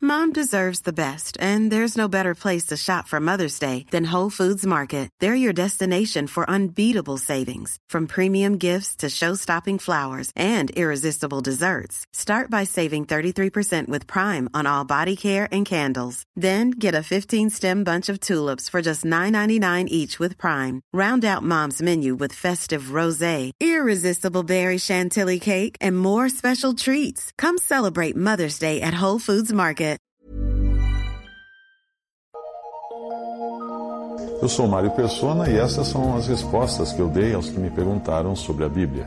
Mom deserves the best, and there's no better place to shop for Mother's Day than Whole Foods Market. They're your destination for unbeatable savings, from premium gifts to show-stopping flowers and irresistible desserts. Start by saving 33% with Prime on all body care and candles. Then get a 15-stem bunch of tulips for just $9.99 each with Prime. Round out Mom's menu with festive rosé, irresistible berry chantilly cake, and more special treats. Come celebrate Mother's Day at Whole Foods Market. Eu sou Mário Persona e essas são as respostas que eu dei aos que me perguntaram sobre a Bíblia.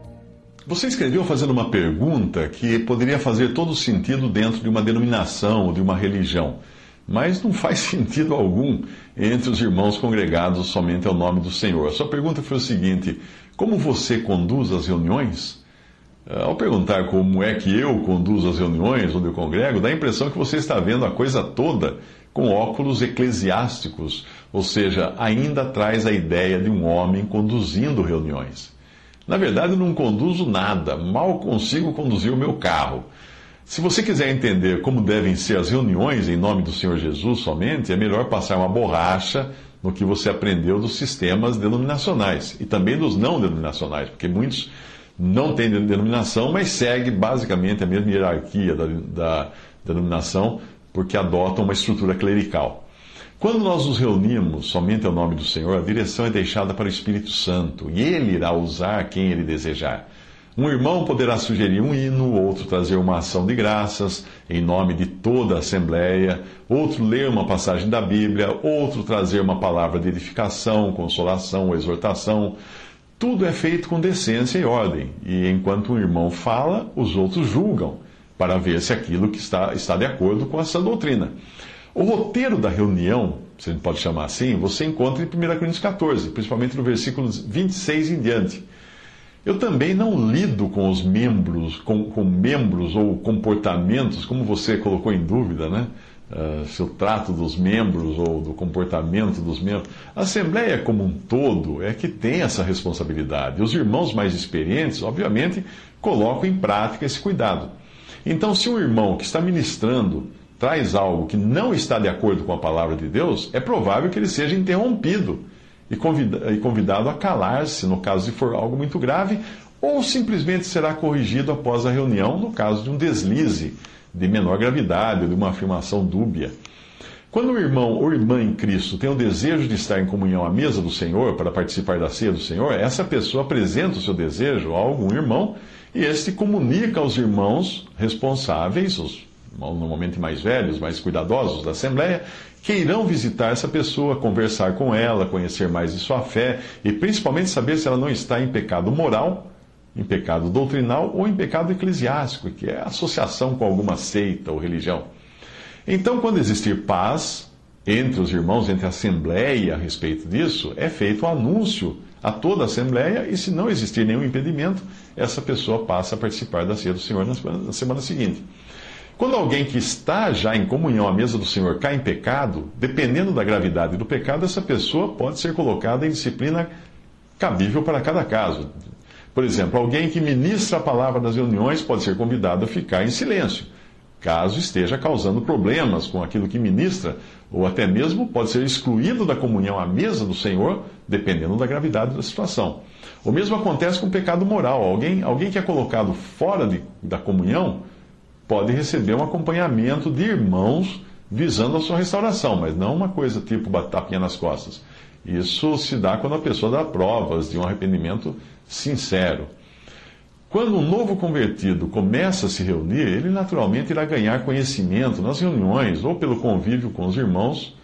Você escreveu fazendo uma pergunta que poderia fazer todo sentido dentro de uma denominação ou de uma religião, mas não faz sentido algum entre os irmãos congregados somente ao nome do Senhor. A sua pergunta foi o seguinte: como você conduz as reuniões? Ao perguntar como é que eu conduzo as reuniões onde eu congrego, dá a impressão que você está vendo a coisa toda com óculos eclesiásticos, ou seja, ainda traz a ideia de um homem conduzindo reuniões. Na verdade, eu não conduzo nada, mal consigo conduzir o meu carro. Se você quiser entender como devem ser as reuniões em nome do Senhor Jesus somente, é melhor passar uma borracha no que você aprendeu dos sistemas denominacionais e também dos não denominacionais, porque muitos não têm denominação, mas seguem basicamente a mesma hierarquia da denominação, porque adotam uma estrutura clerical. Quando nós nos reunimos somente ao nome do Senhor, a direção é deixada para o Espírito Santo, e Ele irá usar quem Ele desejar. Um irmão poderá sugerir um hino, outro trazer uma ação de graças em nome de toda a Assembleia, outro ler uma passagem da Bíblia, outro trazer uma palavra de edificação, consolação ou exortação. Tudo é feito com decência e ordem, e enquanto um irmão fala, os outros julgam, para ver se aquilo que está de acordo com essa doutrina. O roteiro da reunião, se a gente pode chamar assim, você encontra em 1 Coríntios 14, principalmente no versículo 26 em diante. Eu também não lido com os membros, com membros ou comportamentos, como você colocou em dúvida, né? Se eu trato dos membros ou do comportamento dos membros. A Assembleia como um todo é que tem essa responsabilidade. Os irmãos mais experientes, obviamente, colocam em prática esse cuidado. Então, se um irmão que está ministrando traz algo que não está de acordo com a palavra de Deus, é provável que ele seja interrompido e convidado a calar-se, no caso de for algo muito grave, ou simplesmente será corrigido após a reunião, no caso de um deslize de menor gravidade ou de uma afirmação dúbia. Quando o irmão ou irmã em Cristo tem o desejo de estar em comunhão à mesa do Senhor, para participar da ceia do Senhor, essa pessoa apresenta o seu desejo a algum irmão e este comunica aos irmãos responsáveis, os normalmente mais velhos, mais cuidadosos da Assembleia, que irão visitar essa pessoa, conversar com ela, conhecer mais de sua fé e principalmente saber se ela não está em pecado moral, em pecado doutrinal ou em pecado eclesiástico, que é associação com alguma seita ou religião. Então, quando existir paz entre os irmãos, entre a Assembleia a respeito disso, é feito um anúncio a toda a Assembleia e, se não existir nenhum impedimento, essa pessoa passa a participar da ceia do Senhor na semana seguinte. Quando alguém que está já em comunhão à mesa do Senhor cai em pecado, dependendo da gravidade do pecado, essa pessoa pode ser colocada em disciplina cabível para cada caso. Por exemplo, alguém que ministra a palavra nas reuniões pode ser convidado a ficar em silêncio, caso esteja causando problemas com aquilo que ministra, ou até mesmo pode ser excluído da comunhão à mesa do Senhor, dependendo da gravidade da situação. O mesmo acontece com o pecado moral. Alguém que é colocado fora da comunhão pode receber um acompanhamento de irmãos visando a sua restauração, mas não uma coisa tipo tapinha nas costas. Isso se dá quando a pessoa dá provas de um arrependimento sincero. Quando um novo convertido começa a se reunir, ele naturalmente irá ganhar conhecimento nas reuniões, ou pelo convívio com os irmãos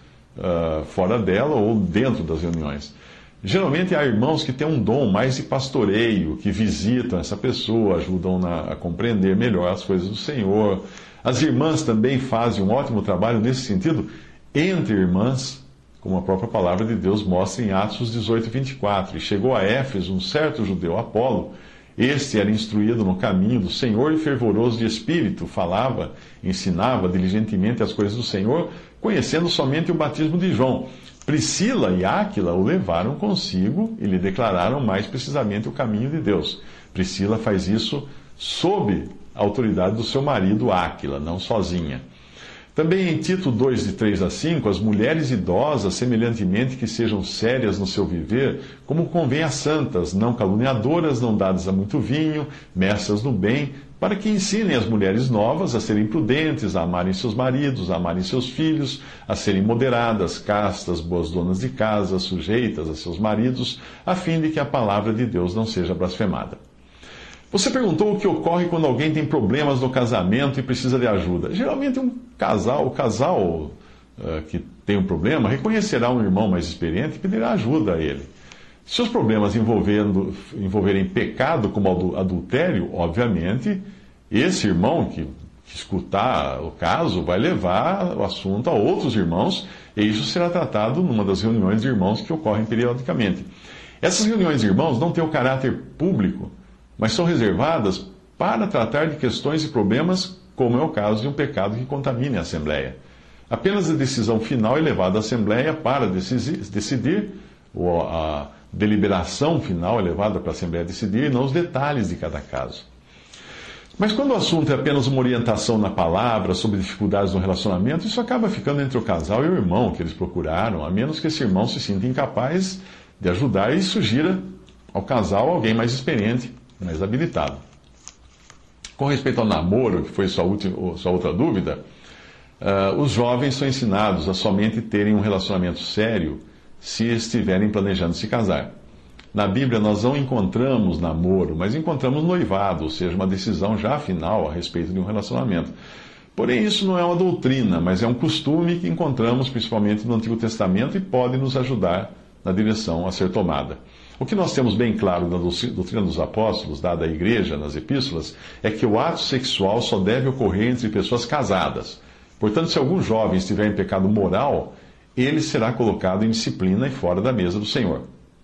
fora dela ou dentro das reuniões. Geralmente há irmãos que têm um dom mais de pastoreio, que visitam essa pessoa, ajudam a compreender melhor as coisas do Senhor. As irmãs também fazem um ótimo trabalho nesse sentido entre irmãs, como a própria palavra de Deus mostra em Atos 18, 24. E chegou a Éfeso um certo judeu, Apolo. Este era instruído no caminho do Senhor e fervoroso de espírito, falava, ensinava diligentemente as coisas do Senhor, conhecendo somente o batismo de João. Priscila e Áquila o levaram consigo e lhe declararam mais precisamente o caminho de Deus. Priscila faz isso sob a autoridade do seu marido Áquila, não sozinha. Também em Tito 2, de 3 a 5, as mulheres idosas, semelhantemente que sejam sérias no seu viver, como convém a santas, não caluniadoras, não dadas a muito vinho, mestras no bem, para que ensinem as mulheres novas a serem prudentes, a amarem seus maridos, a amarem seus filhos, a serem moderadas, castas, boas donas de casa, sujeitas a seus maridos, a fim de que a palavra de Deus não seja blasfemada. Você perguntou o que ocorre quando alguém tem problemas no casamento e precisa de ajuda. Geralmente o casal que tem um problema reconhecerá um irmão mais experiente e pedirá ajuda a ele. Se os problemas envolverem pecado como adultério, obviamente, esse irmão que escutar o caso vai levar o assunto a outros irmãos e isso será tratado numa das reuniões de irmãos que ocorrem periodicamente. Essas reuniões de irmãos não têm o caráter público, mas são reservadas para tratar de questões e problemas, como é o caso de um pecado que contamine a Assembleia. Apenas a decisão final é levada à Assembleia para decidir, ou a deliberação final é levada para a Assembleia decidir, e não os detalhes de cada caso. Mas quando o assunto é apenas uma orientação na palavra sobre dificuldades no relacionamento, isso acaba ficando entre o casal e o irmão que eles procuraram, a menos que esse irmão se sinta incapaz de ajudar e sugira ao casal alguém mais experiente, mais habilitado. Com respeito ao namoro, que foi sua outra dúvida, os jovens são ensinados a somente terem um relacionamento sério se estiverem planejando se casar. Na Bíblia nós não encontramos namoro, mas encontramos noivado, ou seja, uma decisão já final a respeito de um relacionamento. Porém, isso não é uma doutrina, mas é um costume que encontramos principalmente no Antigo Testamento e pode nos ajudar na direção a ser tomada. O que nós temos bem claro na doutrina dos apóstolos, dada à igreja nas epístolas, é que o ato sexual só deve ocorrer entre pessoas casadas. Portanto, se algum jovem estiver em pecado moral, ele será colocado em disciplina e fora da mesa do Senhor.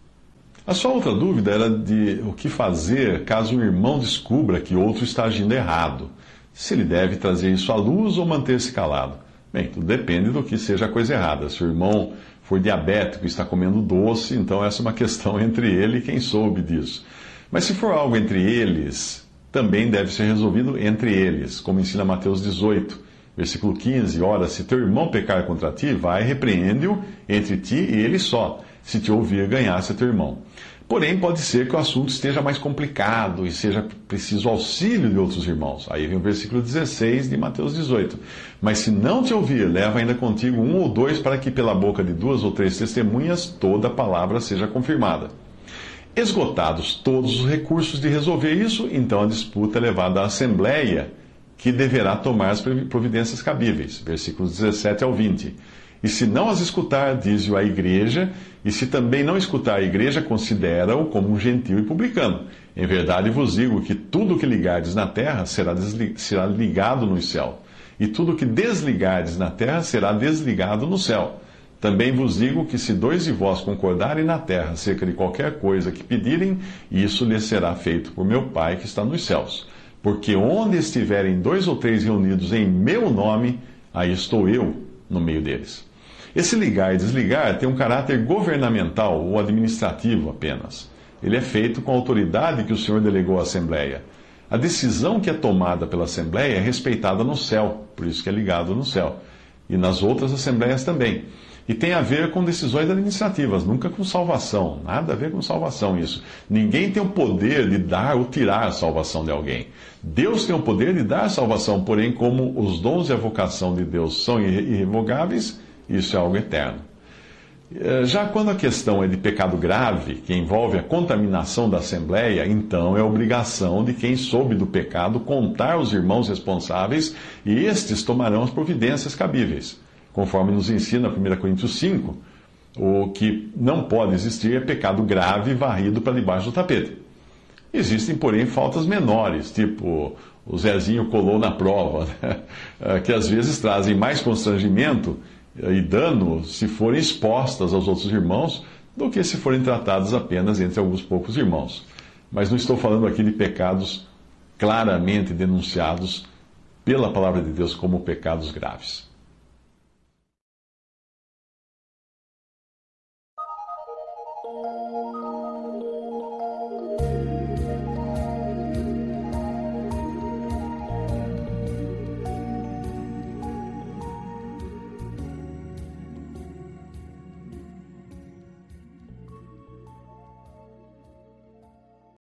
A sua outra dúvida era de o que fazer caso um irmão descubra que outro está agindo errado. Se ele deve trazer isso à luz ou manter-se calado. Bem, tudo depende do que seja a coisa errada. Se o irmão for diabético e está comendo doce, então essa é uma questão entre ele e quem soube disso. Mas se for algo entre eles, também deve ser resolvido entre eles, como ensina Mateus 18, versículo 15. Ora, se teu irmão pecar contra ti, vai, repreende-o entre ti e ele só. Se te ouvir, ganhasse teu irmão. Porém, pode ser que o assunto esteja mais complicado e seja preciso auxílio de outros irmãos. Aí vem o versículo 16 de Mateus 18. Mas se não te ouvir, leva ainda contigo um ou dois, para que pela boca de 2 ou 3 testemunhas toda a palavra seja confirmada. Esgotados todos os recursos de resolver isso, então a disputa é levada à Assembleia, que deverá tomar as providências cabíveis. Versículos 17 ao 20. E se não as escutar, diz-o à igreja, e se também não escutar a igreja, considera-o como um gentil e publicano. Em verdade vos digo que tudo o que ligardes na terra será ligado no céu, e tudo o que desligardes na terra será desligado no céu. Também vos digo que se 2 de vós concordarem na terra acerca de qualquer coisa que pedirem, isso lhes será feito por meu Pai que está nos céus. Porque onde estiverem 2 ou 3 reunidos em meu nome, aí estou eu no meio deles. Esse ligar e desligar tem um caráter governamental ou administrativo apenas. Ele é feito com a autoridade que o Senhor delegou à Assembleia. A decisão que é tomada pela Assembleia é respeitada no céu, por isso que é ligado no céu. E nas outras Assembleias também. E tem a ver com decisões administrativas, nunca com salvação. Nada a ver com salvação isso. Ninguém tem o poder de dar ou tirar a salvação de alguém. Deus tem o poder de dar a salvação, porém, como os dons e a vocação de Deus são irrevogáveis, isso é algo eterno. Já quando a questão é de pecado grave, que envolve a contaminação da Assembleia, então é obrigação de quem soube do pecado contar aos irmãos responsáveis e estes tomarão as providências cabíveis. Conforme nos ensina 1 Coríntios 5, o que não pode existir é pecado grave varrido para debaixo do tapete. Existem, porém, faltas menores, tipo o Zezinho colou na prova, né? Que às vezes trazem mais constrangimento e dano se forem expostas aos outros irmãos do que se forem tratadas apenas entre alguns poucos irmãos. Mas não estou falando aqui de pecados claramente denunciados pela palavra de Deus como pecados graves.